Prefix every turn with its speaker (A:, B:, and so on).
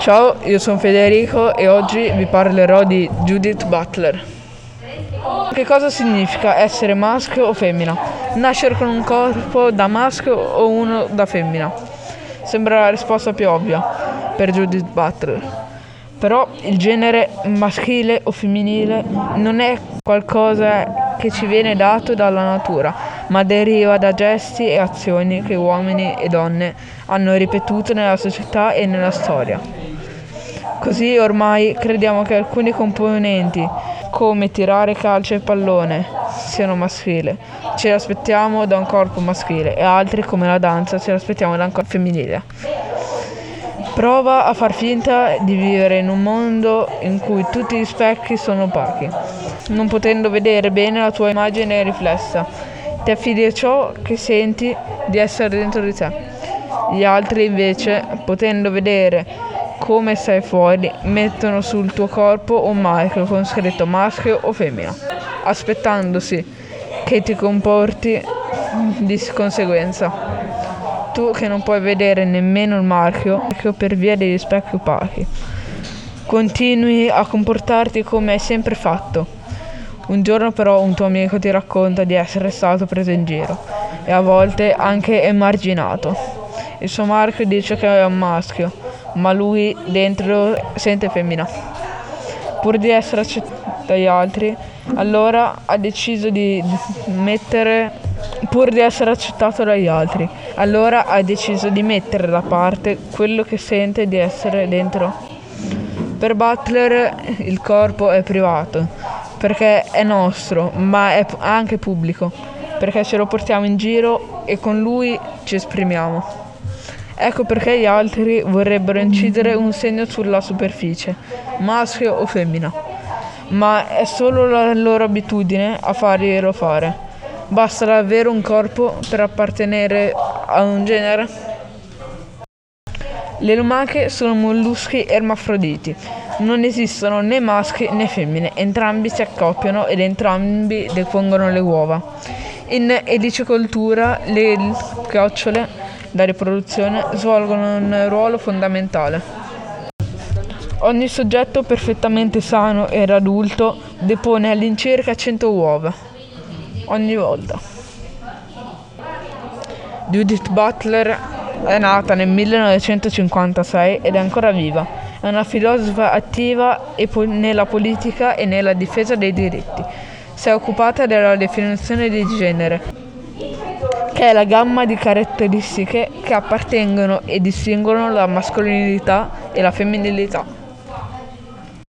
A: Ciao, io sono Federico e oggi vi parlerò di Judith Butler. Che cosa significa essere maschio o femmina? Nascere con un corpo da maschio o uno da femmina? Sembra la risposta più ovvia per Judith Butler. Però il genere maschile o femminile non è qualcosa che ci viene dato dalla natura, ma deriva da gesti e azioni che uomini e donne hanno ripetuto nella società e nella storia. Così ormai crediamo che alcuni componenti, come tirare calcio e pallone, siano maschili. Ce li aspettiamo da un corpo maschile e altri, come la danza, ce li aspettiamo da un corpo femminile. Prova a far finta di vivere in un mondo in cui tutti gli specchi sono opachi, non potendo vedere bene la tua immagine riflessa. Ti affidi a ciò che senti di essere dentro di te. Gli altri invece, potendo vedere come sei fuori, mettono sul tuo corpo un marchio con scritto maschio o femmina, aspettandosi che ti comporti di conseguenza. Tu che non puoi vedere nemmeno il marchio per via degli specchi opachi, continui a comportarti come hai sempre fatto. Un giorno però un tuo amico ti racconta di essere stato preso in giro e a volte anche emarginato. Il suo marchio dice che è un maschio, ma lui dentro sente femmina. Pur di essere accettato dagli altri, allora ha deciso di mettere da parte quello che sente di essere dentro. Per Butler il corpo è privato, perché è nostro, ma è anche pubblico, perché ce lo portiamo in giro e con lui ci esprimiamo. Ecco perché gli altri vorrebbero incidere un segno sulla superficie, maschio o femmina, ma è solo la loro abitudine a farglielo fare. Basta davvero un corpo per appartenere a un genere? Le lumache sono molluschi ermafroditi. Non esistono né maschi né femmine, entrambi si accoppiano ed entrambi depongono le uova. In elicicoltura le chiocciole da riproduzione svolgono un ruolo fondamentale. Ogni soggetto perfettamente sano ed adulto depone all'incirca 100 uova ogni volta. Judith Butler è nata nel 1956 ed è ancora viva. È una filosofa attiva nella politica e nella difesa dei diritti. Si è occupata della definizione di genere, che è la gamma di caratteristiche che appartengono e distinguono la mascolinità e la femminilità.